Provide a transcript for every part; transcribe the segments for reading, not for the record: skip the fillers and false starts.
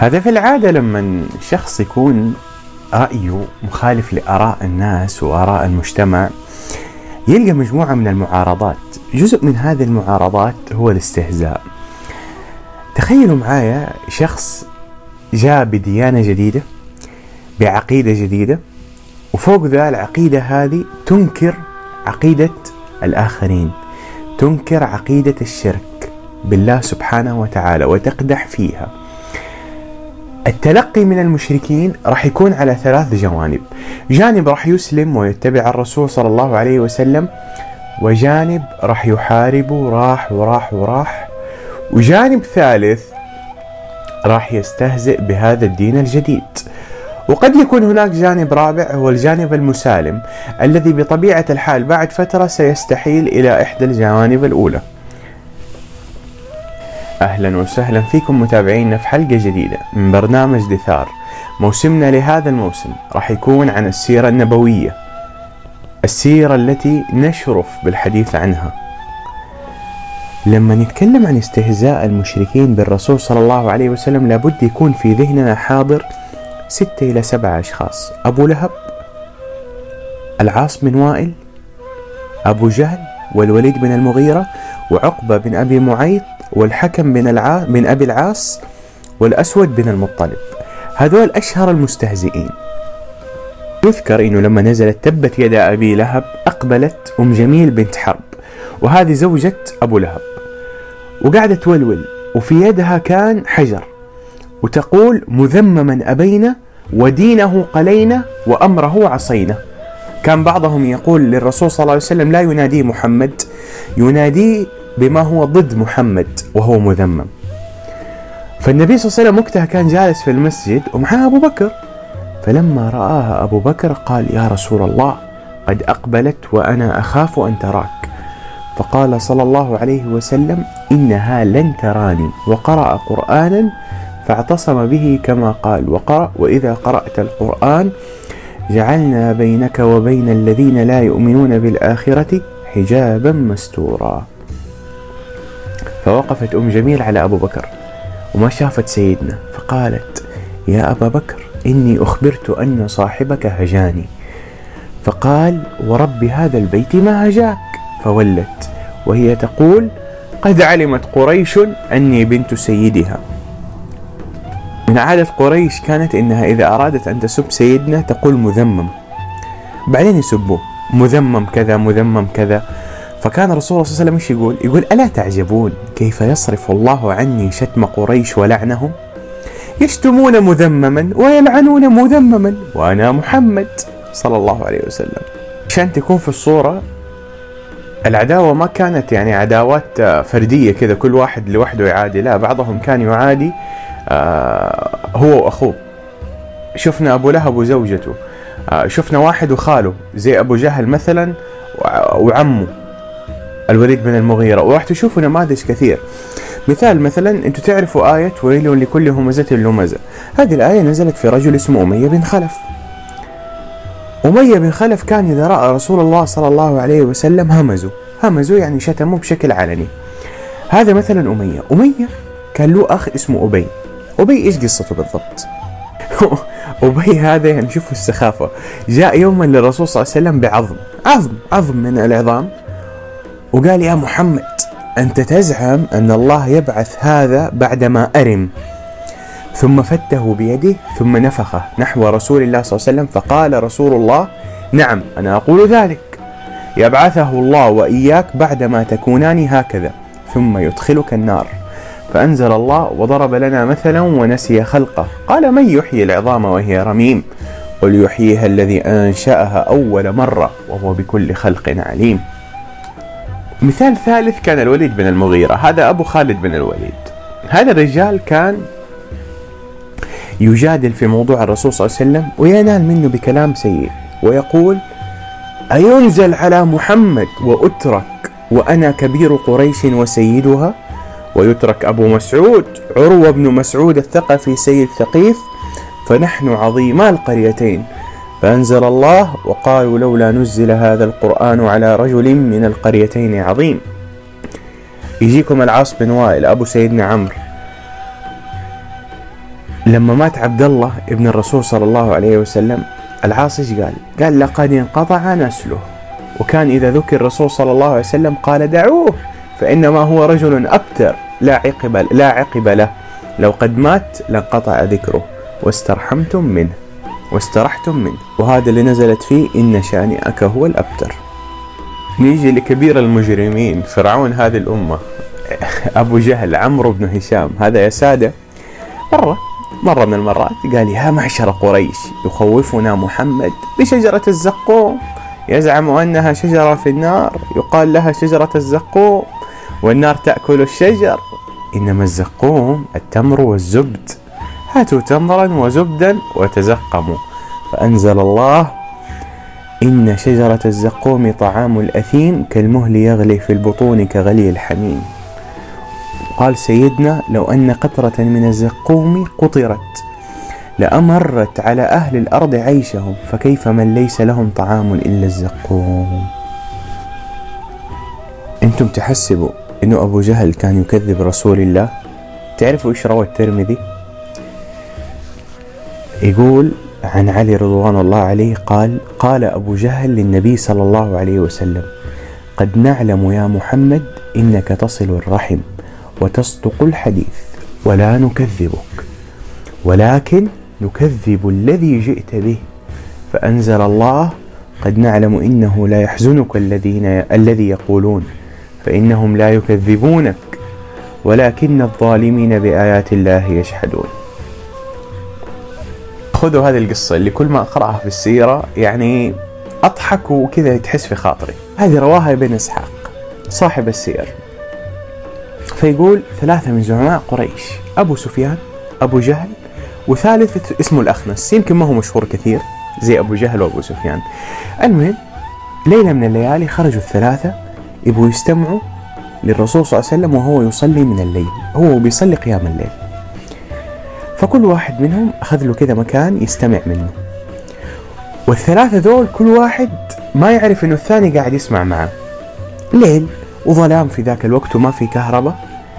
هذا في العادة لما شخص يكون رأيه مخالف لآراء الناس وآراء المجتمع يلقى مجموعة من المعارضات. جزء من هذه المعارضات هو الاستهزاء. تخيلوا معايا شخص جاء بديانة جديدة بعقيدة جديدة، وفوق ذا العقيدة هذه تنكر عقيدة الآخرين، تنكر عقيدة الشرك بالله سبحانه وتعالى وتقدح فيها. التلقي من المشركين راح يكون على 3 جوانب: جانب راح يسلم ويتبع الرسول صلى الله عليه وسلم، وجانب راح يحارب وراح، وجانب ثالث راح يستهزئ بهذا الدين الجديد. وقد يكون هناك جانب رابع هو الجانب المسالم الذي بطبيعة الحال بعد فترة سيستحيل إلى إحدى الجوانب الأولى. أهلا وسهلا فيكم متابعينا في حلقة جديدة من برنامج دثار. موسمنا لهذا الموسم راح يكون عن السيرة النبوية، السيرة التي نشرف بالحديث عنها. لما نتكلم عن استهزاء المشركين بالرسول صلى الله عليه وسلم لابد يكون في ذهننا حاضر 6 إلى 7 أشخاص: أبو لهب، العاص بن وائل، أبو جهل، والوليد بن المغيرة، وعقبة بن أبي معيط، والحكم بن أبي العاص، والأسود بن المطلب. هذول أشهر المستهزئين. يذكر إنه لما نزلت تبت يدا أبي لهب أقبلت جميل بنت حرب، وهذه زوجة أبو لهب، وقاعدة تولول وفي يدها كان حجر، وتقول: مذمما أبينا ودينه قلينا وأمره عصينا. كان بعضهم يقول للرسول صلى الله عليه وسلم لا يناديه محمد، يناديه بما هو ضد محمد وهو مذمم. فالنبي صلى الله عليه وسلم وقتها كان جالس في المسجد ومعه أبو بكر، فلما رآها أبو بكر قال: يا رسول الله قد أقبلت وأنا أخاف أن تراك. فقال صلى الله عليه وسلم: إنها لن تراني، وقرأ قرآنا فاعتصم به كما قال، وقرأ: وإذا قرأت القرآن جعلنا بينك وبين الذين لا يؤمنون بالآخرة حجابا مستورا. فوقفت جميل على أبو بكر وما شافت سيدنا، فقالت: يا أبا بكر إني أخبرت أن صاحبك هجاني. فقال: ورب هذا البيت ما هجاك. فولت وهي تقول: قد علمت قريش أني بنت سيدها. من عادة قريش كانت إنها إذا أرادت أن تسب سيدنا تقول مذمم، بعدين يسبوه مذمم كذا مذمم كذا. فكان الرسول صلى الله عليه وسلم يقول: ألا تعجبون كيف يصرف الله عني شتم قريش ولعنهم؟ يشتمون مذمما ويلعنون مذمما وأنا محمد صلى الله عليه وسلم. عشان تكون في الصورة، العداوة ما كانت يعني عداوات فردية كذا كل واحد لوحده يعادي، لا، بعضهم كان يعادي هو وأخوه. شفنا أبو لهب وزوجته، شفنا واحد وخاله زي أبو جهل مثلا وعمه الوليد بن المغيرة، وراح تشوفوا نماذج كثير. مثال مثلا، انتوا تعرفوا آية ويل لكل همزة لمزة. هذه الآية نزلت في رجل اسمه أمية بن خلف. أمية بن خلف كان إذا رأى رسول الله صلى الله عليه وسلم همزوا يعني شتمه بشكل علني. هذا مثلا أمية كان له أخ اسمه أبي إيش قصته بالضبط؟ أبي هذا يعني شوفوا السخافة، جاء يوما للرسول صلى الله عليه وسلم بعظم من العظام، وقال: يا محمد أنت تزعم أن الله يبعث هذا بعدما أرم. ثم فته بيده ثم نفخه نحو رسول الله صلى الله عليه وسلم، فقال رسول الله: نعم أنا أقول ذلك، يبعثه الله وإياك بعدما تكونان هكذا ثم يدخلك النار. فأنزل الله: وضرب لنا مثلا ونسي خلقه، قال: من يحيي العظام وهي رميم؟ قل يحييها الذي أنشأها أول مرة وهو بكل خلق عليم. مثال ثالث كان الوليد بن المغيرة، هذا أبو خالد بن الوليد. هذا الرجال كان يجادل في موضوع الرسول صلى الله عليه وسلم وينال منه بكلام سيء، ويقول: أينزل على محمد وأترك وأنا كبير قريش وسيدها، ويترك أبو مسعود عروة بن مسعود الثقفي سيد ثقيف، فنحن عظيما القريتين. فأنزل الله: وقالوا لولا نزل هذا القرآن على رجل من القريتين عظيم. يجيكم العاص بن وائل أبو سيدنا عمرو، لما مات عبد الله ابن الرسول صلى الله عليه وسلم، العاص ايش قال لقد انقطع نسله. وكان إذا ذكر الرسول صلى الله عليه وسلم قال دعوه فإنما هو رجل أبتر لا عقب له، لو قد مات لانقطع ذكره واسترحتم منه. وهذا اللي نزلت فيه إن شانئك هو الأبتر. نيجي لكبير المجرمين، فرعون هذه الأمة، أبو جهل عمرو بن هشام. هذا يا سادة مرة من المرات قال: يا معشر قريش، يخوفنا محمد بشجرة الزقوم، يزعم أنها شجرة في النار، يقال لها شجرة الزقوم، والنار تأكل الشجر، إنما الزقوم التمر والزبد، هاتوا تمرا وزبدا وتزقموا. فأنزل الله: إن شجرة الزقوم طعام الأثيم كالمهل يغلي في البطون كغلي الحميم. قال سيدنا: لو أن قطرة من الزقوم قطرت لأمرت على أهل الأرض عيشهم، فكيف من ليس لهم طعام إلا الزقوم. أنتم تحسبوا إنه أبو جهل كان يكذب رسول الله؟ تعرفوا إيش روى الترمذي؟ يقول عن علي رضوان الله عليه قال أبو جهل للنبي صلى الله عليه وسلم: قد نعلم يا محمد إنك تصل الرحم وتصدق الحديث ولا نكذبك، ولكن نكذب الذي جئت به. فأنزل الله: قد نعلم إنه لا يحزنك الذي يقولون فإنهم لا يكذبونك ولكن الظالمين بآيات الله يجحدون. خذوا هذه القصة اللي كل ما أقرأها في السيرة يعني أضحك وكذا تحس في خاطري. هذه رواها ابن إسحاق صاحب السير. فيقول 3 من زعماء قريش: أبو سفيان، أبو جهل، وثالث اسمه الأخنس، يمكن ما هو مشهور كثير زي أبو جهل وأبو سفيان. المهم ليلة من الليالي خرجوا ال3 يبغوا يستمعوا للرسول صلى الله عليه وسلم وهو يصلي من الليل، هو بيصلي قيام الليل. فكل واحد منهم أخذ له كذا مكان يستمع منه، وال3 ذول كل واحد ما يعرف إنه الثاني قاعد يسمع معه. ليل وظلام في ذاك الوقت وما في كهرباء،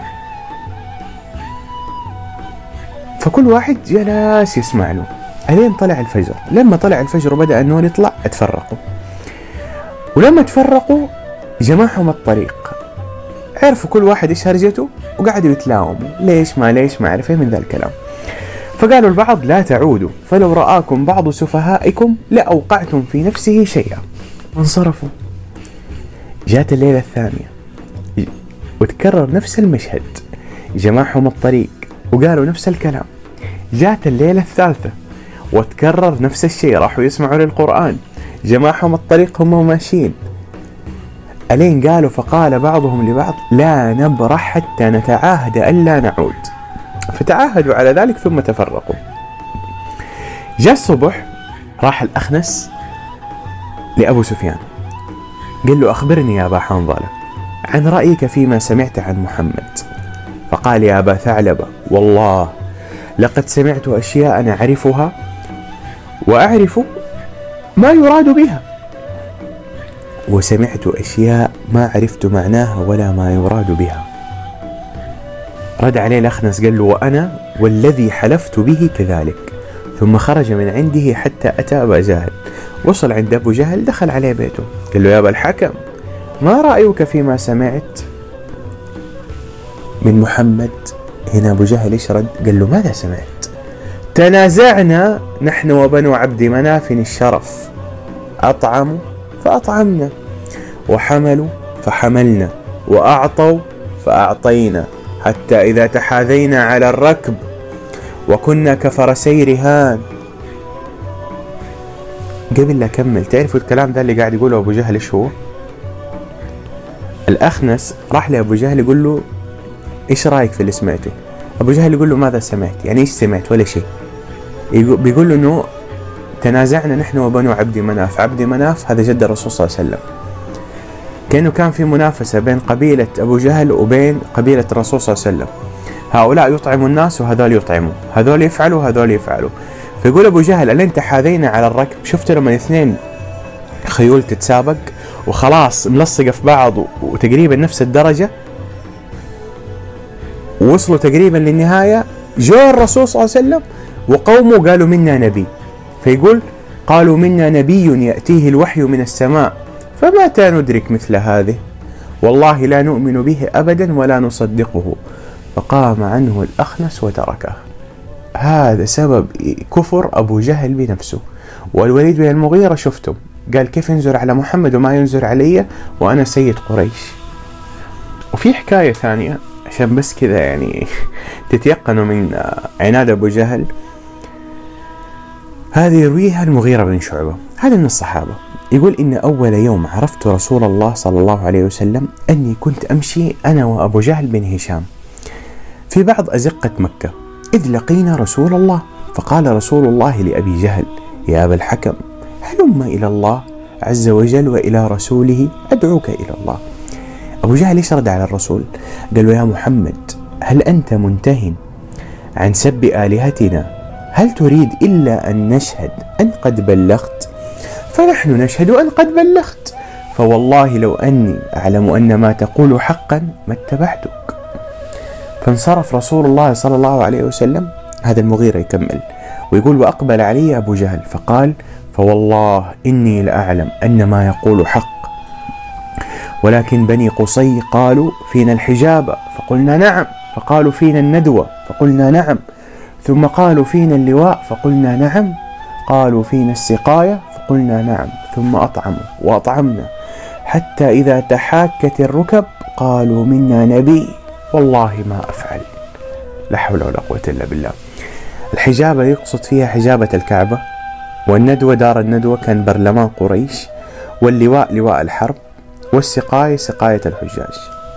فكل واحد جلس يسمع له ألين طلع الفجر. لما طلع الفجر وبدأ النور يطلع اتفرقوا، ولما تفرقوا جمعهم الطريق، عرفوا كل واحد إيش هرجته وقعدوا يتلاوموا ليش ما عرف من ذا الكلام. فقالوا البعض: لا تعودوا، فلو رآكم بعض سفهائكم لأوقعتم في نفسه شيئا. انصرفوا. جاءت الليلة الثانية وتكرر نفس المشهد، جمعهم الطريق وقالوا نفس الكلام. جاءت الليلة الثالثة وتكرر نفس الشيء، راحوا يسمعوا للقرآن، جمعهم الطريق هم ماشيين. ألين قالوا فقال بعضهم لبعض: لا نبرح حتى نتعاهد ألا نعود. فتعاهدوا على ذلك ثم تفرقوا. جاء الصبح، راح الأخنس لأبو سفيان قال له: أخبرني يا أبا حنظلة عن رأيك فيما سمعت عن محمد. فقال: يا أبا ثعلبة، والله لقد سمعت أشياء أعرفها وأعرف ما يراد بها، وسمعت أشياء ما عرفت معناها ولا ما يراد بها. رد عليه الأخنس قال له: وأنا والذي حلفت به كذلك. ثم خرج من عنده حتى أتى أبا جهل. وصل عند أبو جهل، دخل عليه بيته، قال له: يا أبا الحكم، ما رأيك فيما سمعت من محمد؟ هنا أبو جهل يشرد، قال له: ماذا سمعت؟ تنازعنا نحن وبنو عبد مناف الشرف، أطعموا فأطعمنا، وحملوا فحملنا، وأعطوا فأعطينا، حتى إذا تحاذينا على الركب وكنا كفرسي رهان. قبل لا أكمل، تعرفوا الكلام ده اللي قاعد يقوله أبو جهل إيش هو؟ الأخنس راح لأبو جهل يقول له: إيش رأيك في اللي سمعته؟ أبو جهل يقول له: ماذا سمعت؟ يعني إيش سمعت؟ ولا شيء. بيقول له إنه تنازعنا نحن وبنو عبد مناف. عبد مناف هذا جد الرسول صلى الله عليه وسلم. كأنه كان في منافسة بين قبيلة أبو جهل وبين قبيلة الرسول صلى الله عليه وسلم. هؤلاء يطعموا الناس وهذول يطعموا، هذول يفعلوا هذول يفعلوا. فيقول أبو جهل: ألين تحاذينا على الركب. شفت لما الاثنين خيول تتسابق وخلاص ملصقة في بعض وتقريبا نفس الدرجة، ووصلوا تقريبا للنهاية، جاء الرسول صلى الله عليه وسلم وقومه قالوا منا نبي، فيقول قالوا منا نبي يأتيه الوحي من السماء فمتى ندرك مثل هذه، والله لا نؤمن به أبدا ولا نصدقه، فقام عنه الأخنس وتركه. هذا سبب كفر أبو جهل بنفسه. والوليد بن المغيرة شفتم قال كيف ينزل على محمد وما ينزل علي وأنا سيد قريش. وفي حكاية ثانية عشان بس كذا يعني تتيقنوا من عناد أبو جهل، هذه يرويها المغيرة بن شعبة، هذا من الصحابة، يقول إن أول يوم عرفت رسول الله صلى الله عليه وسلم أني كنت أمشي أنا وأبو جهل بن هشام في بعض أزقة مكة، إذ لقينا رسول الله، فقال رسول الله لأبي جهل يا أبا الحكم هلم إلى الله عز وجل وإلى رسوله أدعوك إلى الله. أبو جهل يشرد على الرسول قال له يا محمد هل أنت منتهٍ عن سب آلهتنا؟ هل تريد إلا أن نشهد أن قد بلغت؟ فنحن نشهد أن قد بلغت، فوالله لو أني أعلم أن ما تقول حقا ما اتبعتك. فانصرف رسول الله صلى الله عليه وسلم. هذا المغيرة يكمل ويقول وأقبل علي أبو جهل فقال فوالله إني لأعلم أن ما يقول حق، ولكن بني قصي قالوا فينا الحجابة فقلنا نعم، فقالوا فينا الندوة فقلنا نعم، ثم قالوا فينا اللواء فقلنا نعم، قالوا فينا السقاية فقلنا نعم، ثم أطعموا وأطعمنا، حتى إذا تحاكت الركب قالوا منا نبي، والله ما أفعل. لا حول ولا قوة إلا بالله. الحجابة يقصد فيها حجابة الكعبة، والندوة دار الندوة كان برلمان قريش، واللواء لواء الحرب، والسقاية سقاية الحجاج.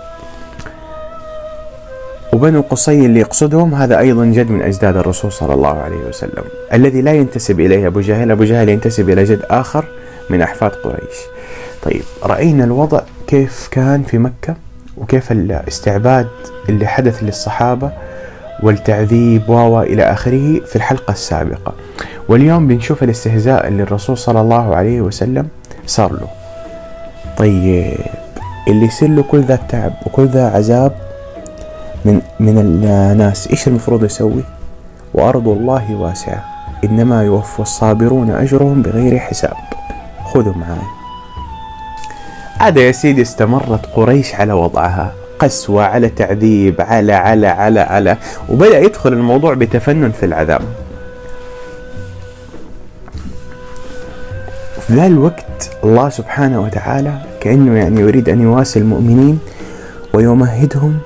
وبنو قصي اللي يقصدهم هذا أيضا جد من أجداد الرسول صلى الله عليه وسلم، الذي لا ينتسب إليه أبو جهل. أبو جهل ينتسب إلى جد آخر من أحفاد قريش. طيب رأينا الوضع كيف كان في مكة، وكيف الاستعباد اللي حدث للصحابة والتعذيب إلى آخره في الحلقة السابقة. واليوم بنشوف الاستهزاء اللي الرسول صلى الله عليه وسلم صار له. طيب اللي يصير له كل ذا التعب وكل ذا عذاب من الناس إيش المفروض يسوي؟ وأرض الله واسعة إنما يوفى الصابرون أجرهم بغير حساب. خذوا معاي. عاد يا سيدي استمرت قريش على وضعها، قسوة على تعذيب على على على على، وبدأ يدخل الموضوع بتفنن في العذاب. في ذا الوقت الله سبحانه وتعالى كأنه يعني يريد أن يواسي المؤمنين ويمهدهم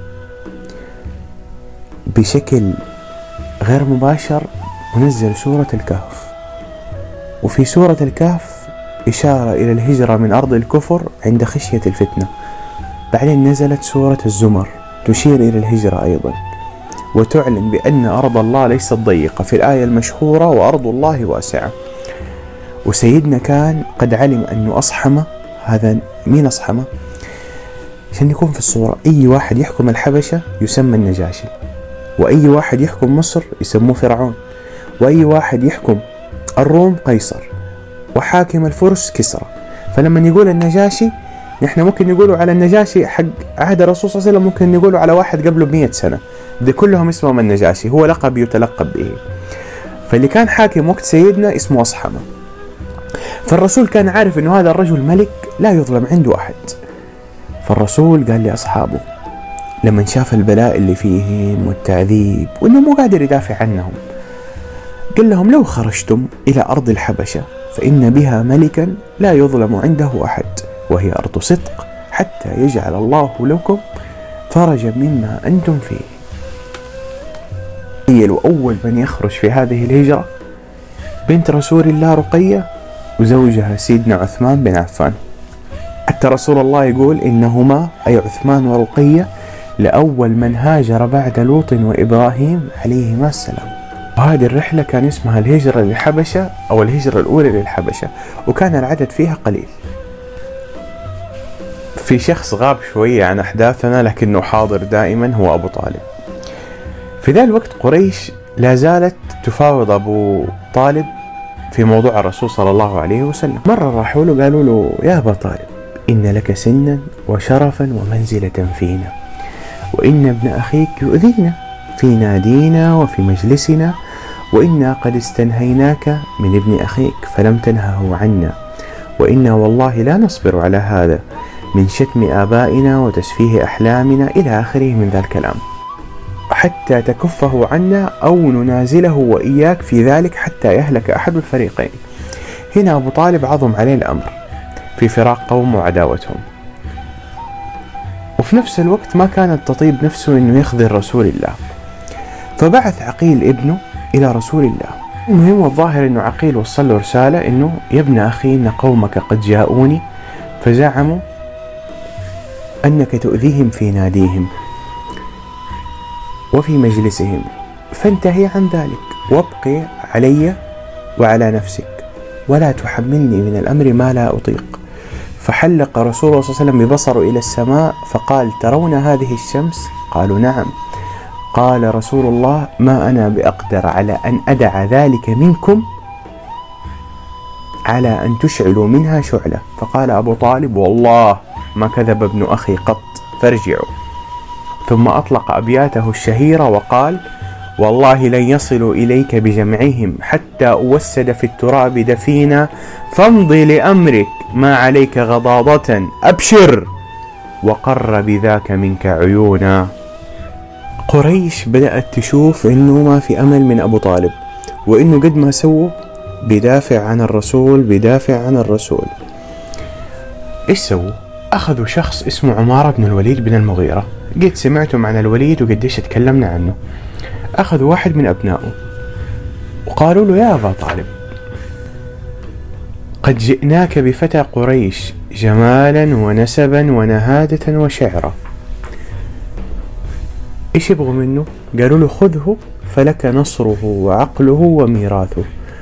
بشكل غير مباشر، ونزل سورة الكهف. وفي سورة الكهف إشارة إلى الهجرة من أرض الكفر عند خشية الفتنة. بعدين نزلت سورة الزمر تشير إلى الهجرة أيضا، وتعلن بأن أرض الله ليست ضيقة في الآية المشهورة وأرض الله واسعة. وسيدنا كان قد علم أنه أصحمة، هذا مين أصحمة؟ عشان يكون في الصورة أي واحد يحكم الحبشة يسمى النجاشي، وأي واحد يحكم مصر يسموه فرعون، وأي واحد يحكم الروم قيصر، وحاكم الفرس كسرى. فلما يقول النجاشي نحن ممكن نقوله على النجاشي حق عهد الرسول صلى الله عليه وسلم، ممكن نقوله على واحد قبله ب100 سنة، دي كلهم اسمهم النجاشي، هو لقب يتلقب به. فاللي كان حاكم وقت سيدنا اسمه أصحمة. فالرسول كان عارف أنه هذا الرجل ملك لا يظلم عنده أحد. فالرسول قال لأصحابه لما شاف البلاء اللي فيهم والتعذيب وأنه مو قادر يدافع عنهم، قال لهم لو خرجتم إلى أرض الحبشة فإن بها ملكا لا يظلم عنده أحد، وهي أرض صدق، حتى يجعل الله لكم فرجا مما أنتم فيه. وأول من يخرج في هذه الهجرة بنت رسول الله رقية وزوجها سيدنا عثمان بن عفان. حتى رسول الله يقول إنهما أي عثمان ورقية لأول من هاجر بعد لوط وإبراهيم عليهما السلام. وهذه الرحلة كان اسمها الهجرة للحبشة أو الهجرة الأولى للحبشة، وكان العدد فيها قليل. في شخص غاب شوية عن أحداثنا لكنه حاضر دائما، هو أبو طالب. في ذا الوقت قريش لا زالت تفاوض أبو طالب في موضوع الرسول صلى الله عليه وسلم. مرة راحوا له قالوا له يا أبا طالب إن لك سنا وشرفا ومنزلة فينا، وإن ابن أخيك يؤذينا، في نادينا وفي مجلسنا، وإنا قد استنهيناك من ابن أخيك فلم تنهه عنا، وإنا والله لا نصبر على هذا من شتم آبائنا وتسفيه أحلامنا إلى آخره من ذا الكلام، حتى تكفه عنا أو ننازله وإياك في ذلك حتى يهلك أحد الفريقين. هنا أبو طالب عظم عليه الأمر في فراق قوم وعداوتهم، وفي نفس الوقت ما كانت تطيب نفسه أنه يخذل رسول الله، فبعث عقيل ابنه إلى رسول الله. المهم والظاهر أنه عقيل وصل له رسالة أنه يا ابن أخي إن قومك قد جاءوني فزعموا أنك تؤذيهم في ناديهم وفي مجلسهم، فانتهي عن ذلك وابقي علي وعلى نفسك ولا تحملني من الأمر ما لا أطيق. فحلق رسول الله صلى الله عليه وسلم ببصره إلى السماء فقال ترون هذه الشمس؟ قالوا نعم. قال رسول الله ما أنا بأقدر على أن أدع ذلك منكم على أن تشعلوا منها شعلة. فقال أبو طالب والله ما كذب ابن أخي قط فارجعوا. ثم أطلق أبياته الشهيرة وقال والله لن يصلوا إليك بجمعهم حتى أوسد في التراب دفينا، فامضي لأمرك ما عليك غضاضة أبشر وقر بذاك منك عيونا. قريش بدأت تشوف إنه ما في أمل من أبو طالب، وإنه قد ما سووا بدافع عن الرسول. إيش سووا؟ أخذوا شخص اسمه عمارة بن الوليد بن المغيرة، قد سمعتم عن الوليد وقديش تكلمنا عنه. أخذوا واحد من أبنائه وقالوا له يا أبا طالب قد جئناك بفتى قريش جمالا ونسبا ونهادة وشعرا. إيش يبغوا منه؟ قالوا له خذه فلك نصره وعقله وميراثه،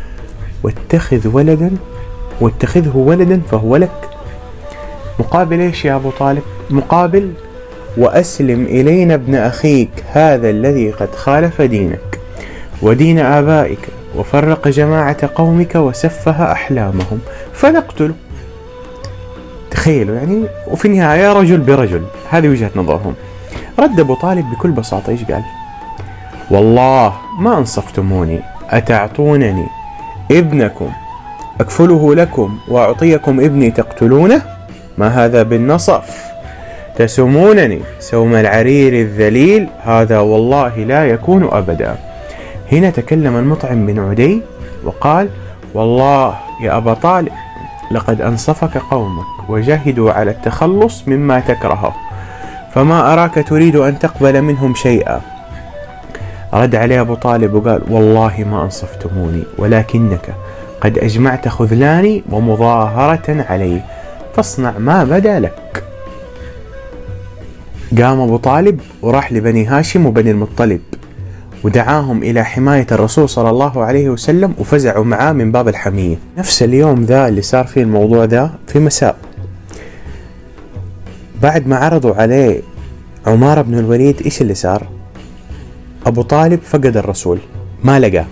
واتخذه ولدا فهو لك. مقابل إيش يا أبو طالب؟ مقابل وأسلم إلينا ابن أخيك هذا الذي قد خالف دينك ودين آبائك وفرق جماعة قومك وسفه أحلامهم فنقتله. تخيلوا يعني، وفي النهاية رجل برجل، هذه وجهة نظرهم. رد أبو طالب بكل بساطة إيش قال؟ والله ما أنصفتموني، أتعطونني ابنكم أكفله لكم وأعطيكم ابني تقتلونه؟ ما هذا بالنصف، تسمونني سوم العرير الذليل، هذا والله لا يكون أبدا. هنا تكلم المطعم بن عدي وقال والله يا أبا طالب لقد أنصفك قومك وجهدوا على التخلص مما تكرهه، فما أراك تريد أن تقبل منهم شيئا. رد عليه أبو طالب وقال والله ما أنصفتموني، ولكنك قد أجمعت خذلاني ومظاهرة علي، فاصنع ما بدا لك. قام أبو طالب وراح لبني هاشم وبني المطلب ودعاهم إلى حماية الرسول صلى الله عليه وسلم، وفزعوا معاه من باب الحمية. نفس اليوم ذا اللي صار فيه الموضوع ذا في مساء، بعد ما عرضوا عليه عمارة بن الوليد إيش اللي صار؟ أبو طالب فقد الرسول، ما لقاه.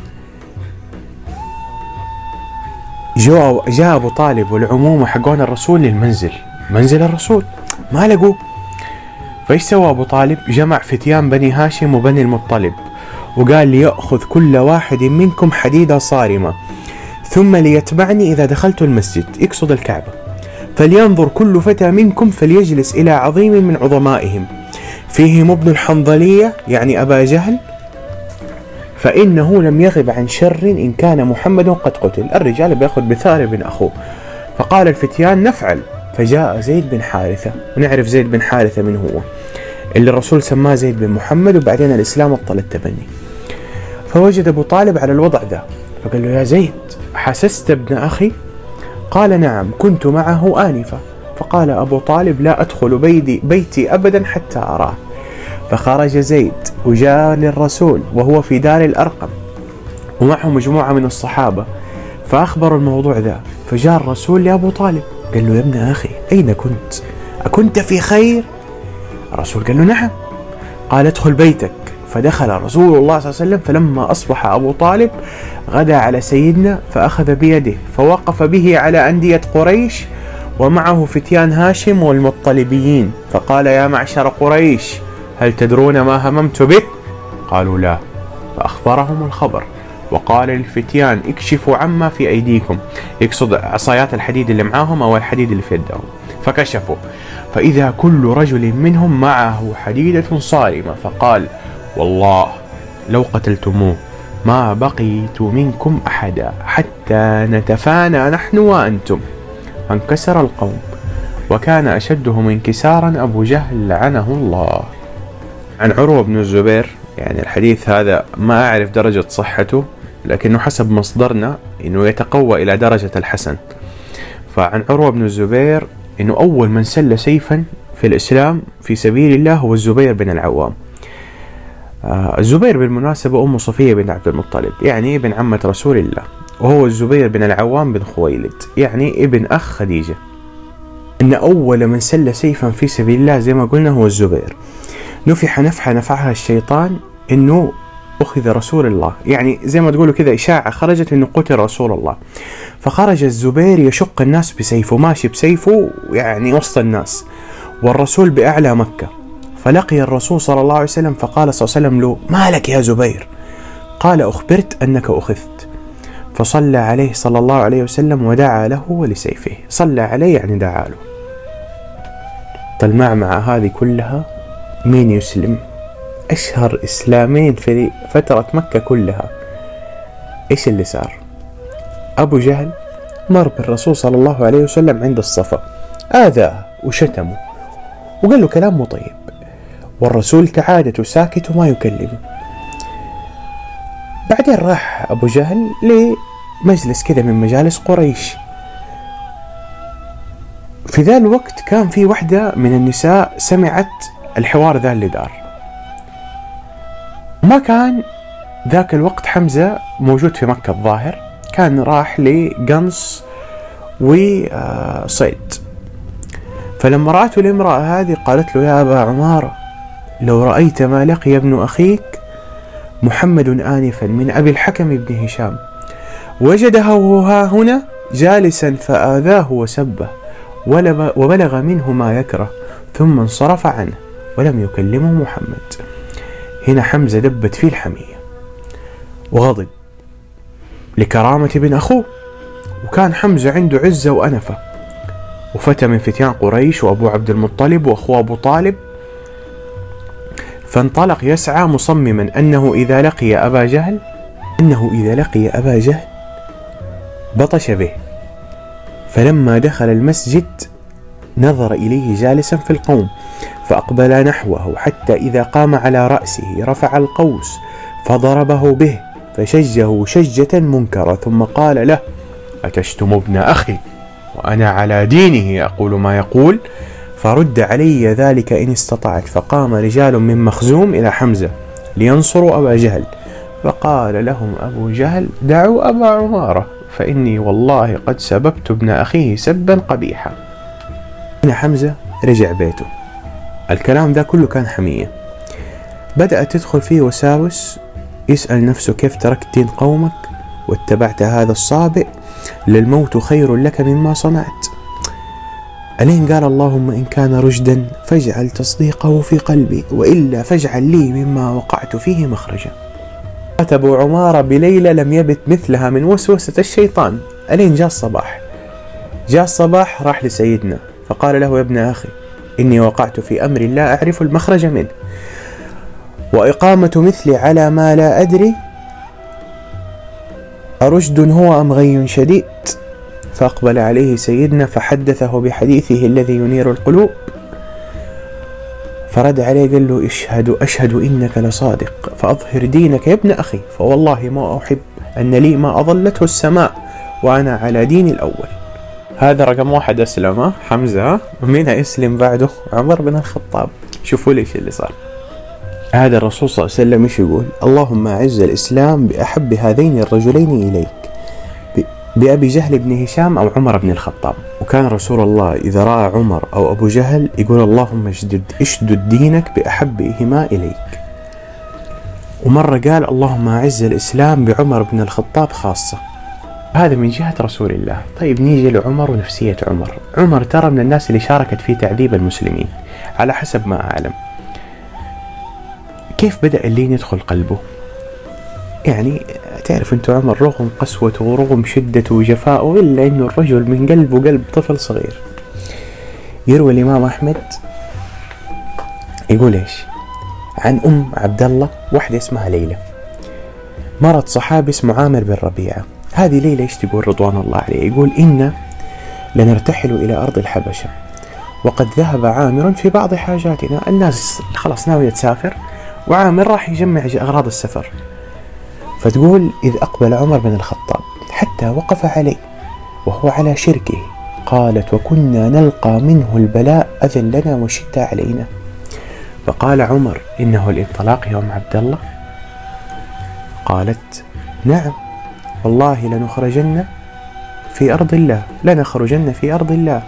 جاء أبو طالب والعمومة حقون الرسول للمنزل، منزل الرسول ما لقوه. فإيش سوى أبو طالب؟ جمع فتيان بني هاشم وبني المطلب وقال ليأخذ كل واحد منكم حديدة صارمة، ثم ليتبعني إذا دخلت المسجد، يقصد الكعبة، فلينظر كل فتى منكم فليجلس إلى عظيم من عظمائهم فيهم ابن الحنظلية يعني أبا جهل، فإنه لم يغب عن شر إن كان محمد قد قتل. الرجال بيأخذ بثار بن أخوه. فقال الفتيان نفعل. فجاء زيد بن حارثة، ونعرف زيد بن حارثة من هو، اللي الرسول سماه زيد بن محمد، وبعدين الإسلام أبطل التبني. فوجد أبو طالب على الوضع ذا، فقال له يا زيد حسست ابن أخي؟ قال نعم كنت معه آنفا. فقال أبو طالب لا أدخل بيتي أبدا حتى أراه. فخرج زيد وجاء للرسول وهو في دار الأرقم ومعه مجموعة من الصحابة، فأخبروا الموضوع ذا. فجاء الرسول لأبو طالب قال له يا ابن أخي أين كنت؟ أكنت في خير؟ الرسول قال له نعم. قال ادخل بيتك. فدخل رسول الله صلى الله عليه وسلم، فلما أصبح أبو طالب غدا على سيدنا فأخذ بيده فوقف به على أندية قريش ومعه فتيان هاشم والمطلبيين، فقال يا معشر قريش هل تدرون ما هممت به؟ قالوا لا. فأخبرهم الخبر وقال للفتيان اكشفوا عما في أيديكم، يقصد عصايات الحديد اللي معاهم أو الحديد اللي في يدهم. فكشفوا فإذا كل رجل منهم معه حديدة صارمة، فقال والله لو قتلتموه ما بقيت منكم أحدا حتى نتفانى نحن وأنتم. فانكسر القوم، وكان أشدهم انكسارا أبو جهل لعنه الله. عن عروة بن الزبير، يعني الحديث هذا ما أعرف درجة صحته، لكنه حسب مصدرنا إنه يتقوى إلى درجة الحسن. فعن عروة بن الزبير إنه أول من سل سيفا في الإسلام في سبيل الله هو الزبير بن العوام. الزبير بالمناسبة أم صفية بن عبد المطلب، يعني ابن عمة رسول الله، وهو الزبير بن العوام بن خويلد، يعني ابن أخ خديجة. إن أول من سل سيفا في سبيل الله زي ما قلنا هو الزبير. نفح نفحة نفعها الشيطان إنه أخذ رسول الله، يعني زي ما تقولوا كذا إشاعة خرجت إنه قتل رسول الله. فخرج الزبير يشق الناس بسيفه، ماشي بسيفه يعني وسط الناس، والرسول بأعلى مكة. فلقي الرسول صلى الله عليه وسلم فقال صلى الله عليه وسلم له ما لك يا زبير؟ قال أخبرت أنك أخذت. فصلى عليه صلى الله عليه وسلم ودعا له ولسيفه. صلى عليه يعني دعا له. المعمعة هذه كلها مين يسلم؟ أشهر إسلامين في فترة مكة كلها. إيش اللي صار؟ أبو جهل مر بالرسول صلى الله عليه وسلم عند الصفا، آذاه وشتمه وقال له كلام مو طيب، والرسول كعادته ساكت وما يكلمه. بعدين راح أبو جهل لمجلس كذا من مجالس قريش. في ذا الوقت كان في واحدة من النساء سمعت الحوار ذا اللي دار. ما كان ذاك الوقت حمزة موجود في مكة الظاهر، كان راح لقنص وصيد. فلما رأته الامرأة هذه قالت له يا أبا عمارة لو رأيت ما لقي ابن أخيك محمد آنفا من أبي الحكم بن هشام، وجده ها هنا جالسا فآذاه وسبه وبلغ منه ما يكره، ثم انصرف عنه ولم يكلمه محمد. هنا حمزة دبت فيه الحمية وغضب لكرامة ابن أخوه، وكان حمزة عنده عزة وأنفة، وفتى من فتيان قريش وأبو عبد المطلب وأخوه أبو طالب. فانطلق يسعى مصمما أنه إذا لقي أبا جهل بطش به. فلما دخل المسجد نظر إليه جالسا في القوم، فأقبل نحوه حتى إذا قام على رأسه رفع القوس فضربه به فشجه شجة منكرة، ثم قال له أتشتم ابن أخي وأنا على دينه أقول ما يقول؟ فرد علي ذلك إن استطعت. فقام رجال من مخزوم إلى حمزة لينصروا أبا جهل، فقال لهم أبو جهل دعوا أبا عمارة فإني والله قد سببت ابن أخيه سبا قبيحا. هنا حمزة رجع بيته. الكلام ده كله كان حمية. بدأت تدخل فيه وساوس، يسأل نفسه كيف تركت دين قومك واتبعت هذا الصابئ؟ للموت خير لك مما صنعت. ألين قال اللهم إن كان رشدا فاجعل تصديقه في قلبي، وإلا فاجعل لي مما وقعت فيه مخرجا. أبو عمارة بليلة لم يبت مثلها من وسوسة الشيطان. ألين جاء الصباح راح لسيدنا فقال له يا ابن أخي إني وقعت في أمر لا أعرف المخرج منه، وإقامة مثلي على ما لا أدري أرشد هو أم غي شديد؟ فأقبل عليه سيدنا فحدثه بحديثه الذي ينير القلوب، فرد عليه قال له أشهد إنك لصادق، فأظهر دينك يا ابن أخي، فوالله ما أحب أن لي ما أظلته السماء وأنا على دين الأول. هذا رقم 1 أسلم حمزة. ومين أسلم بعده؟ عمر بن الخطاب. شوفوا ليش اللي صار. هذا الرسول صلى الله عليه وسلم إيش يقول؟ اللهم أعز الإسلام بأحب هذين الرجلين إليك، بأبي جهل بن هشام أو عمر بن الخطاب. وكان رسول الله إذا رأى عمر أو أبو جهل يقول اللهم اشدد دينك بأحبهما إليك. ومرة قال اللهم أعز الإسلام بعمر بن الخطاب خاصة. هذا من جهة رسول الله. طيب نيجي لعمر ونفسية عمر. عمر ترى من الناس اللي شاركت في تعذيب المسلمين على حسب ما أعلم. كيف بدأ اللين يدخل قلبه. يعني تعرف أنت عمر رغم قسوته ورغم شدته وجفائه إلا أنه الرجل من قلبه قلب طفل صغير. يروي الإمام أحمد يقول إيش عن عبد الله واحدة اسمها ليلى، مرت صحابي اسمه عامر بن ربيعة. هذه ليلى إيش تقول رضوان الله عليه؟ يقول إن لنرتحل إلى أرض الحبشة وقد ذهب عامر في بعض حاجاتنا. الناس خلاص ناوية تسافر وعامر راح يجمع أغراض السفر. فتقول إذ أقبل عمر بن الخطاب حتى وقف عليه وهو على شركه. قالت وكنا نلقى منه البلاء أذن لنا وشد علينا. فقال عمر إنه الانطلاق يوم عبد الله؟ قالت نعم والله لنخرجن في أرض الله، لنخرجن في أرض الله،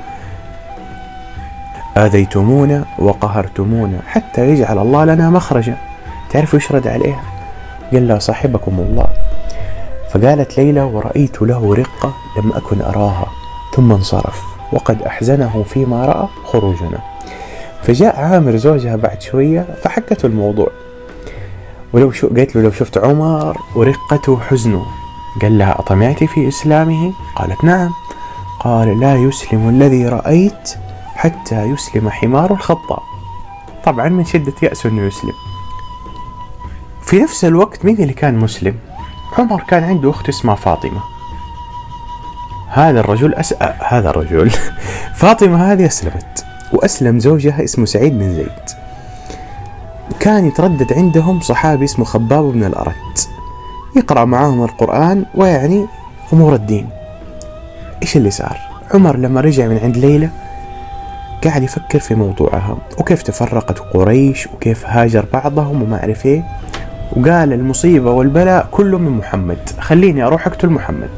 آذيتمونا وقهرتمونا حتى يجعل الله لنا مخرجا. تعرف وش رد عليها؟ قال لا صاحبكم الله. فقالت ليلى ورأيت له رقة لم أكن أراها، ثم انصرف وقد أحزنه فيما رأى خروجنا. فجاء عامر زوجها بعد شوية فحكته الموضوع، قالت له لو شفت عمر ورقته وحزنه. قال لها أطمعت في إسلامه؟ قالت نعم. قال لا يسلم الذي رأيت حتى يسلم حمار الخطاب. طبعا من شدة يأسه أنه يسلم. في نفس الوقت مين اللي كان مسلم؟ عمر كان عنده أخت اسمها فاطمة. هذا الرجل فاطمة هذه أسلمت، وأسلم زوجها اسمه سعيد بن زيد. كان يتردد عندهم صحابي اسمه خباب بن الأرت يقرأ معاهم القرآن ويعني أمور الدين. إيش اللي صار؟ عمر لما رجع من عند ليلى قاعد يفكر في موضوعها وكيف تفرقت قريش وكيف هاجر بعضهم وما أعرف إيه، وقال المصيبة والبلاء كله من محمد، خليني أروح أقتل محمد.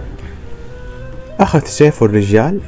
أخذ سيفه الرجال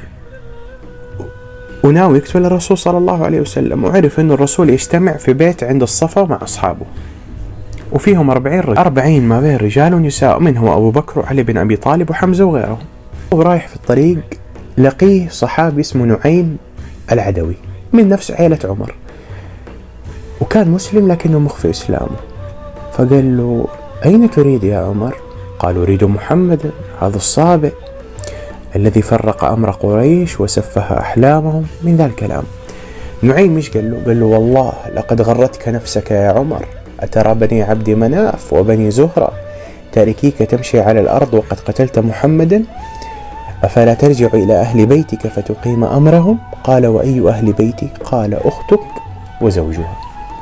وناوي يقتل الرسول صلى الله عليه وسلم، وعرف أن الرسول يجتمع في بيت عند الصفا مع أصحابه وفيهم 40 رجل، 40 ما بين رجال ونساء، منهم أبو بكر وعلي بن أبي طالب وحمزة وغيرهم. ورايح في الطريق لقيه صحابي اسمه نعيم العدوي من نفس عائلة عمر، وكان مسلم لكنه مخفي إسلامه. فقال له أين تريد يا عمر؟ قال أريد محمدا، هذا الصابئ الذي فرق أمر قريش وسفه أحلامهم، من ذا الكلام. نعيم مش قال له؟ قال له والله لقد غرتك نفسك يا عمر، أترى بني عبد مناف وبني زهرة تاركيك تمشي على الأرض وقد قتلت محمدا؟ أفلا ترجع إلى أهل بيتك فتقيم أمرهم؟ قال وأي أهل بيتي؟ قال أختك وزوجها.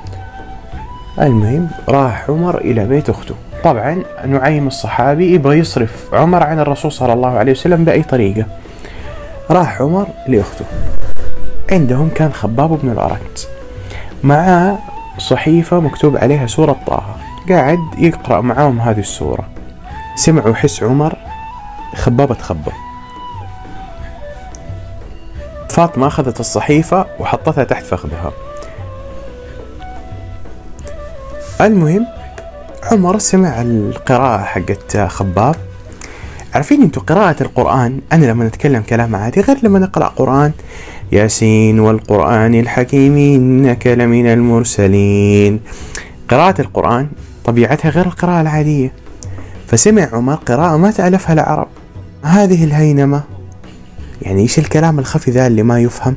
المهم راح عمر إلى بيت أخته. طبعا نعيم الصحابي يبغى يصرف عمر عن الرسول صلى الله عليه وسلم بأي طريقة. راح عمر لأخته، عندهم كان خباب بن الأرت مع صحيفة مكتوب عليها سورة طه، قاعد يقرأ معاهم هذه السورة. سمعوا حس عمر، خباب تخبى. فاطمة أخذت الصحيفة وحطتها تحت فخذها. المهم عمر سمع القراءة حقت خباب. عارفين انتو قراءة القرآن، أنا لما نتكلم كلام عادي غير لما نقرأ قرآن. ياسين والقرآن الحكيم إنك لمن المرسلين. قراءة القرآن طبيعتها غير القراءة العادية. فسمع عمر قراءة ما تألفها العرب. هذه الهينمة، يعني إيش الكلام الخفي ذا اللي ما يفهم؟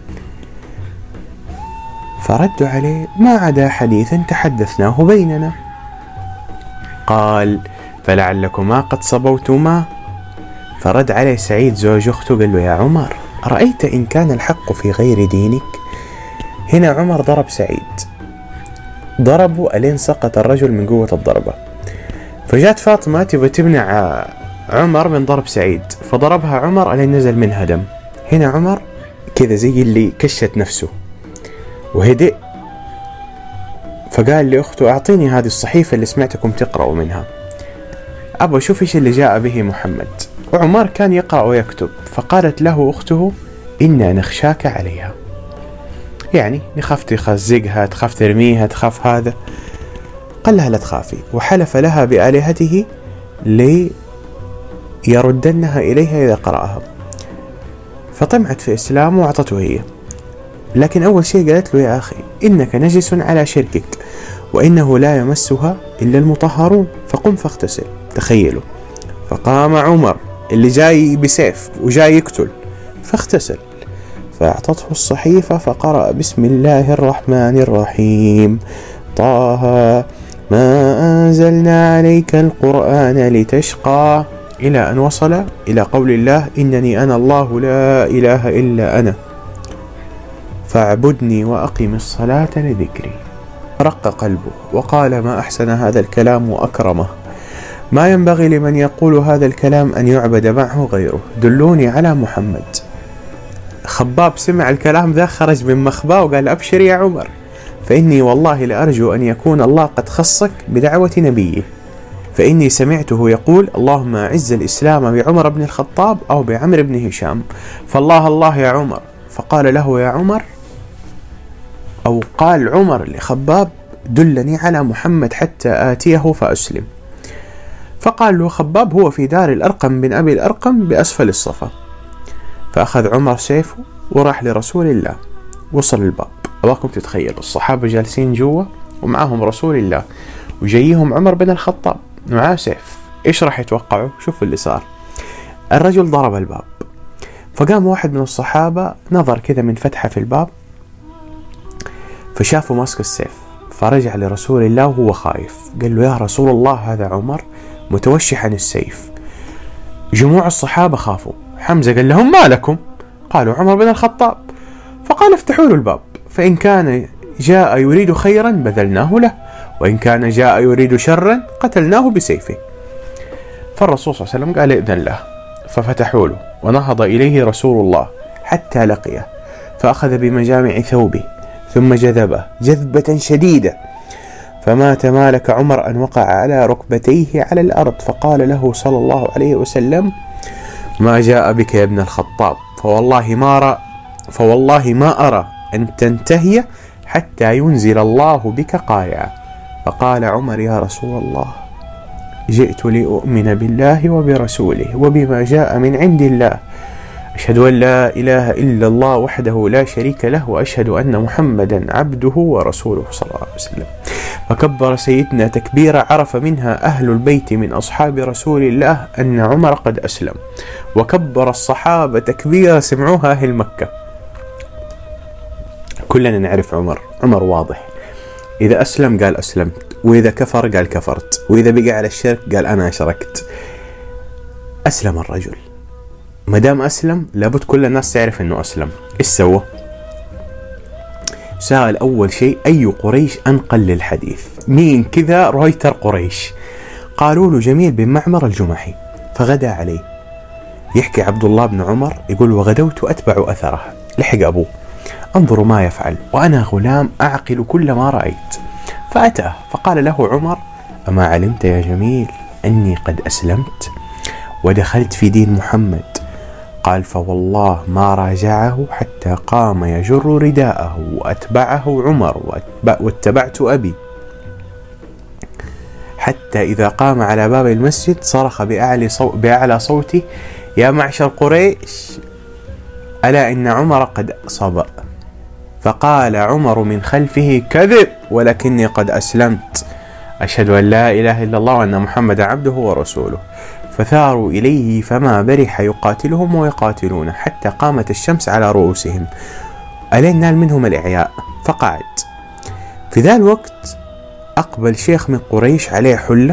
فردوا عليه ما عدا حديث تحدثناه بيننا. قال فلعلكما قد صبوتما. فرد عليه سعيد زوج أخته قال له يا عمر رأيت إن كان الحق في غير دينك. هنا عمر ضرب سعيد، ضربه ألين سقط الرجل من قوة الضربة. فجات فاطمة تبغى تمنع عمر من ضرب سعيد، فضربها عمر ألين نزل منها دم. هنا عمر كذا زي اللي كشت نفسه وهدئ، فقال لأخته أعطيني هذه الصحيفة اللي سمعتكم تقرأوا منها، أبغى أشوف إيش اللي جاء به محمد. وعمر كان يقرأ ويكتب. فقالت له أخته إنا نخشاك عليها، يعني نخاف تخزقها، تخاف ترميها، تخاف هذا. قال لها لا تخافي، وحلف لها بآلهته ليردنها إليها إذا قرأها. فطمعت في إسلامه وأعطته هي. لكن أول شيء قالت له يا أخي إنك نجس على شركك، وإنه لا يمسها إلا المطهرون، فقم فاغتسل. تخيلوا، فقام عمر اللي جاي بسيف وجاي يقتل فاغتسل، فأعطته الصحيفة فقرأ بسم الله الرحمن الرحيم طه ما أنزلنا عليك القرآن لتشقى، إلى أن وصل إلى قول الله إنني أنا الله لا إله إلا أنا فاعبدني وأقم الصلاة لذكري. رق قلبه وقال ما أحسن هذا الكلام وأكرمه، ما ينبغي لمن يقول هذا الكلام أن يعبد معه غيره، دلوني على محمد. خباب سمع الكلام ذا خرج من مخباه وقال أبشر يا عمر، فإني والله لأرجو أن يكون الله قد خصك بدعوة نبيه، فإني سمعته يقول اللهم أعز الإسلام بعمر بن الخطاب أو بعمر بن هشام، فالله الله يا عمر. فقال له يا عمر، أو قال عمر لخباب دلني على محمد حتى آتيه فأسلم. فقال له خباب هو في دار الأرقم بن أبي الأرقم بأسفل الصفا. فأخذ عمر سيفه وراح لرسول الله. وصل الباب، أباكم تتخيلوا الصحابة جالسين جوا ومعهم رسول الله وجيهم عمر بن الخطاب معاه سيف، إيش راح يتوقعوا؟ شوف اللي صار. الرجل ضرب الباب، فقام واحد من الصحابة نظر كذا من فتحة في الباب فشافه ماسك السيف، فرجع لرسول الله وهو خايف، قال له يا رسول الله هذا عمر متوشح عن السيف. جموع الصحابة خافوا. حمزة قال لهم ما لكم؟ قالوا عمر بن الخطاب. فقال افتحوا له الباب، فإن كان جاء يريد خيرا بذلناه له، وإن كان جاء يريد شرا قتلناه بسيفه. فالرسول صلى الله عليه وسلم قال إذن له، ففتحوا له ونهض إليه رسول الله حتى لقيه، فأخذ بمجامع ثوبه ثم جذبه جذبة شديدة، فما تمالك عمر أن وقع على ركبتيه على الأرض، فقال له صلى الله عليه وسلم ما جاء بك يا ابن الخطاب، فوالله ما أرى أن تنتهي حتى ينزل الله بك قارعا. فقال عمر يا رسول الله جئت لأؤمن بالله وبرسوله وبما جاء من عند الله، أشهد أن لا إله إلا الله وحده لا شريك له وأشهد أن محمدا عبده ورسوله صلى الله عليه وسلم. فكبر سيدنا تكبيرة عرف منها أهل البيت من أصحاب رسول الله أن عمر قد أسلم، وكبر الصحابة تكبيرة سمعوها أهل مكة. كلنا نعرف عمر واضح، إذا أسلم قال أسلمت، وإذا كفر قال كفرت، وإذا بقى على الشرك قال أنا أشركت. أسلم الرجل، مدام أسلم لابد كل الناس تعرف أنه أسلم. إيش سوى؟ سأل أول شيء أي قريش أنقل للحديث، مين كذا رويتر قريش؟ قالوا له جميل بن معمر الجمحي، فغدا عليه. يحكي عبد الله بن عمر يقول وغدوت أتبع أثره، لحق أبوه أنظر ما يفعل وأنا غلام أعقل كل ما رأيت. فأتاه فقال له عمر أما علمت يا جميل أني قد أسلمت ودخلت في دين محمد؟ قال فوالله ما راجعه حتى قام يجر رداءه وأتبعه عمر واتبعت أبي، حتى إذا قام على باب المسجد صرخ بأعلى صوته يا معشر قريش ألا إن عمر قد صبأ. فقال عمر من خلفه كذب ولكني قد أسلمت، أشهد أن لا إله إلا الله وأن محمد عبده ورسوله. فثاروا إليه فما برح يقاتلهم ويقاتلونه حتى قامت الشمس على رؤوسهم، ألين نال منهم الإعياء فقعد. في ذا الوقت أقبل شيخ من قريش عليه حلة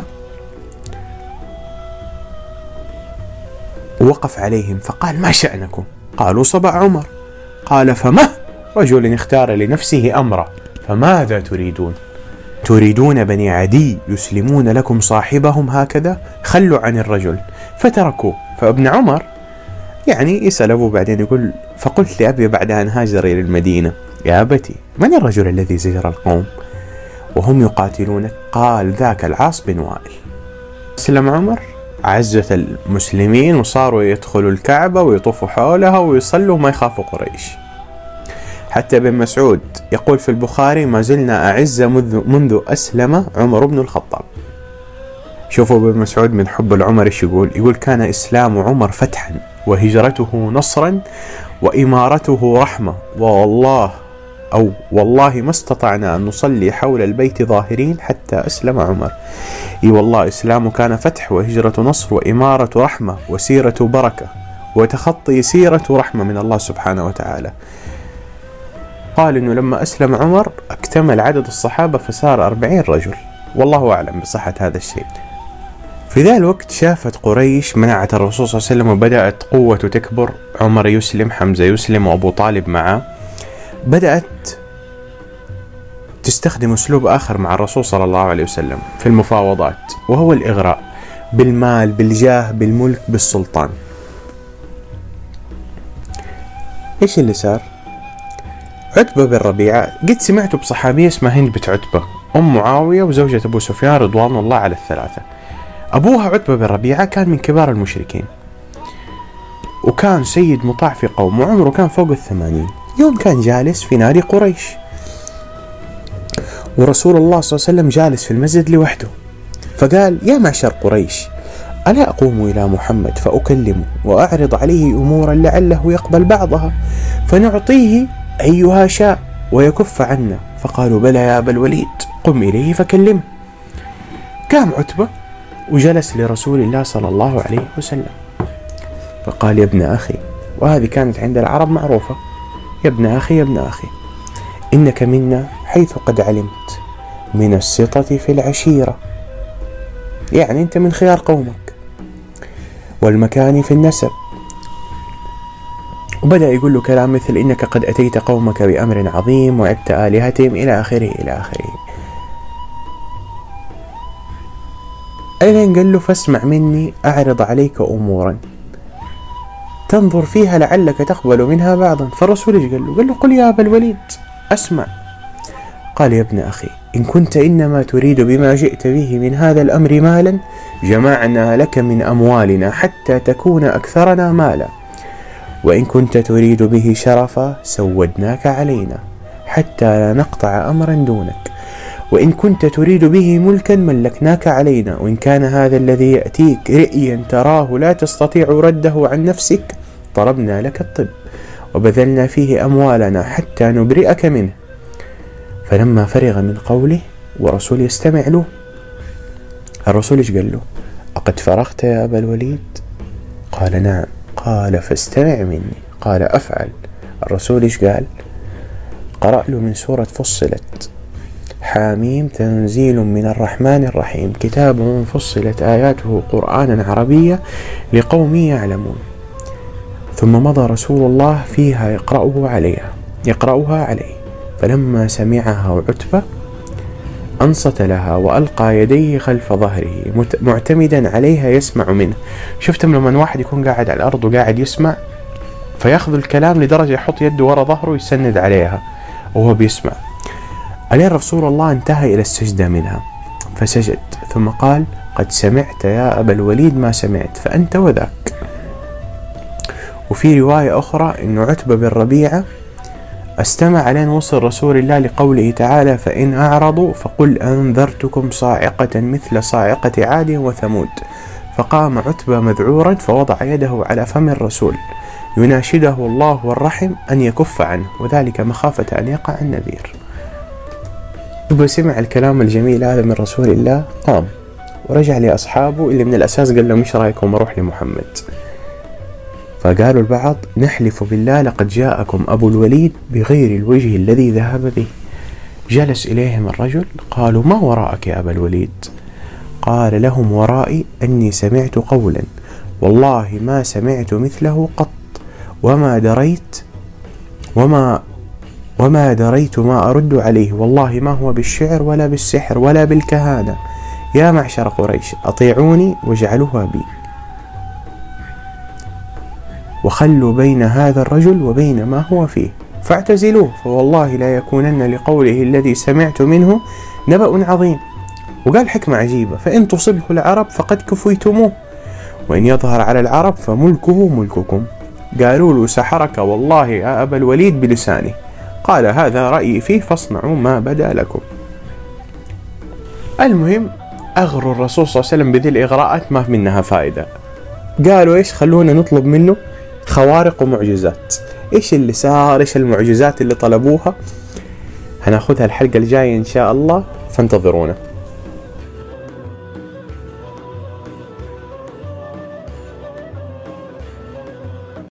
ووقف عليهم فقال ما شأنكم؟ قالوا صبأ عمر. قال فما رجل اختار لنفسه أمره، فماذا تريدون؟ تريدون بني عدي يسلمون لكم صاحبهم هكذا؟ خلوا عن الرجل. فتركوه. فابن عمر يعني يسأل أبوه بعدين يقول فقلت لأبي بعد أن هاجر إلى المدينة يا أبتي من الرجل الذي زجر القوم وهم يقاتلونك؟ قال ذاك العاص بن وائل. أسلم عمر، عزت المسلمين وصاروا يدخلوا الكعبة ويطوفوا حولها ويصلوا ما يخافوا قريش. حتى ابن مسعود يقول في البخاري ما زلنا أعز منذ أسلم عمر بن الخطاب. شوفوا ابن مسعود من حب العمر ايش يقول كان إسلام عمر فتحا وهجرته نصرا وإمارته رحمة، والله أو والله ما استطعنا أن نصلي حول البيت ظاهرين حتى أسلم عمر. إي والله إسلامه كان فتح وهجرة نصر وإمارة رحمة وسيرة بركة وتخطي سيرة رحمة من الله سبحانه وتعالى. قال إنه لما أسلم عمر اكتمل عدد الصحابة فصار 40 رجل، والله أعلم بصحة هذا الشيء. في ذا الوقت شافت قريش منعت الرسول صلى الله عليه وسلم وبدأت قوته تكبر، عمر يسلم، حمزة يسلم، وأبو طالب معه. بدأت تستخدم أسلوب آخر مع الرسول صلى الله عليه وسلم في المفاوضات، وهو الإغراء بالمال، بالجاه، بالملك، بالسلطان. إيش اللي صار؟ عتبة بن ربيعة، قد سمعتوا بصحابية اسمها هند بنت عتبة، أم معاوية وزوجة أبو سفيان رضوان الله على الثلاثة. أبوها عتبة بن ربيعة كان من كبار المشركين، وكان سيد مطاع في قوم، وعمره كان فوق 80. يوم كان جالس في نادي قريش، ورسول الله صلى الله عليه وسلم جالس في المسجد لوحده، فقال: يا معشر قريش، ألا أقوم إلى محمد فأكلمه وأعرض عليه أمورا لعله يقبل بعضها فنعطيه أيها شاء ويكف عنا؟ فقالوا: بلى يا أبا الوليد، قم إليه فكلمه. قام عتبة وجلس لرسول الله صلى الله عليه وسلم، فقال: يا ابن أخي، وهذه كانت عند العرب معروفة، يا ابن أخي، يا ابن أخي، إنك منا حيث قد علمت من السطة في العشيرة، يعني أنت من خيار قومك، والمكان في النسب. وبدأ يقول له كلام مثل: إنك قد أتيت قومك بأمر عظيم وعبت آلهتهم إلى آخره إلى آخره. أيضا قال له: فاسمع مني أعرض عليك أمورا تنظر فيها لعلك تقبل منها بعضا. فالرسول ايش قال له؟ قال له: قل يا أبا الوليد أسمع. قال: يا ابن أخي، إن كنت إنما تريد بما جئت به من هذا الأمر مالا، جمعنا لك من أموالنا حتى تكون أكثرنا مالا، وإن كنت تريد به شرفا سودناك علينا حتى لا نقطع أمرا دونك، وإن كنت تريد به ملكا ملكناك علينا، وإن كان هذا الذي يأتيك رئيا تراه لا تستطيع رده عن نفسك طلبنا لك الطب وبذلنا فيه أموالنا حتى نبرئك منه. فلما فرغ من قوله ورسول يستمع له، الرسول ايش قال له؟ أقد فرغت يا أبا الوليد؟ قال: نعم. قال: فاستمع مني. قال: أفعل. الرسول ايش قال؟ قرأ له من سورة فصلت: حاميم تنزيل من الرحمن الرحيم، كتاب فصلت آياته قرآنا عربيا لقوم يعلمون. ثم مضى رسول الله فيها يقرأها عليه، فلما سمعها عتبة أنصت لها وألقى يديه خلف ظهره معتمدا عليها يسمع منه. شفتم لما واحد يكون قاعد على الأرض وقاعد يسمع، فيأخذ الكلام لدرجة يحط يده وراء ظهره يسند عليها وهو بيسمع. عليه رسول الله انتهى إلى السجدة منها فسجد، ثم قال: قد سمعت يا أبا الوليد ما سمعت، فأنت وذاك. وفي رواية أخرى إنه عتبة بن ربيعة استمع عليه وصل رسول الله لقوله تعالى: فإن أعرضوا فقل أنذرتكم صاعقة مثل صاعقة عاد وثمود. فقام عتبة مذعورا فوضع يده على فم الرسول يناشده الله والرحم أن يكف عنه، وذلك مخافة أن يقع النذير. عتبة سمع الكلام الجميل هذا من رسول الله، قام ورجع لأصحابه اللي من الأساس قال لهم: إيش رأيكم أروح لمحمد؟ فقالوا البعض: نحلف بالله لقد جاءكم أبو الوليد بغير الوجه الذي ذهب به. جلس إليهم الرجل، قالوا: ما وراءك يا أبا الوليد؟ قال لهم: ورائي أني سمعت قولا والله ما سمعت مثله قط، وما دريت ما أرد عليه، والله ما هو بالشعر ولا بالسحر ولا بالكهانة. يا معشر قريش، أطيعوني واجعلوها بي، وخلوا بين هذا الرجل وبين ما هو فيه، فاعتزلوه، فوالله لا يكونن لقوله الذي سمعت منه نبأ عظيم. وقال حكمة عجيبة: فإن تصبه العرب فقد كفيتموه، وإن يظهر على العرب فملكه ملككم. قالوا له: سحرك والله يا أبا الوليد بلسانه. قال: هذا رأيي فيه فاصنعوا ما بدا لكم. المهم أغروا الرسول صلى الله عليه وسلم بذي الإغراءات ما منها فائدة. قالوا: إيش؟ خلونا نطلب منه خوارق ومعجزات. إيش اللي صار؟ إيش المعجزات اللي طلبوها؟ حناخذها الحلقة الجاية إن شاء الله، فانتظرونا.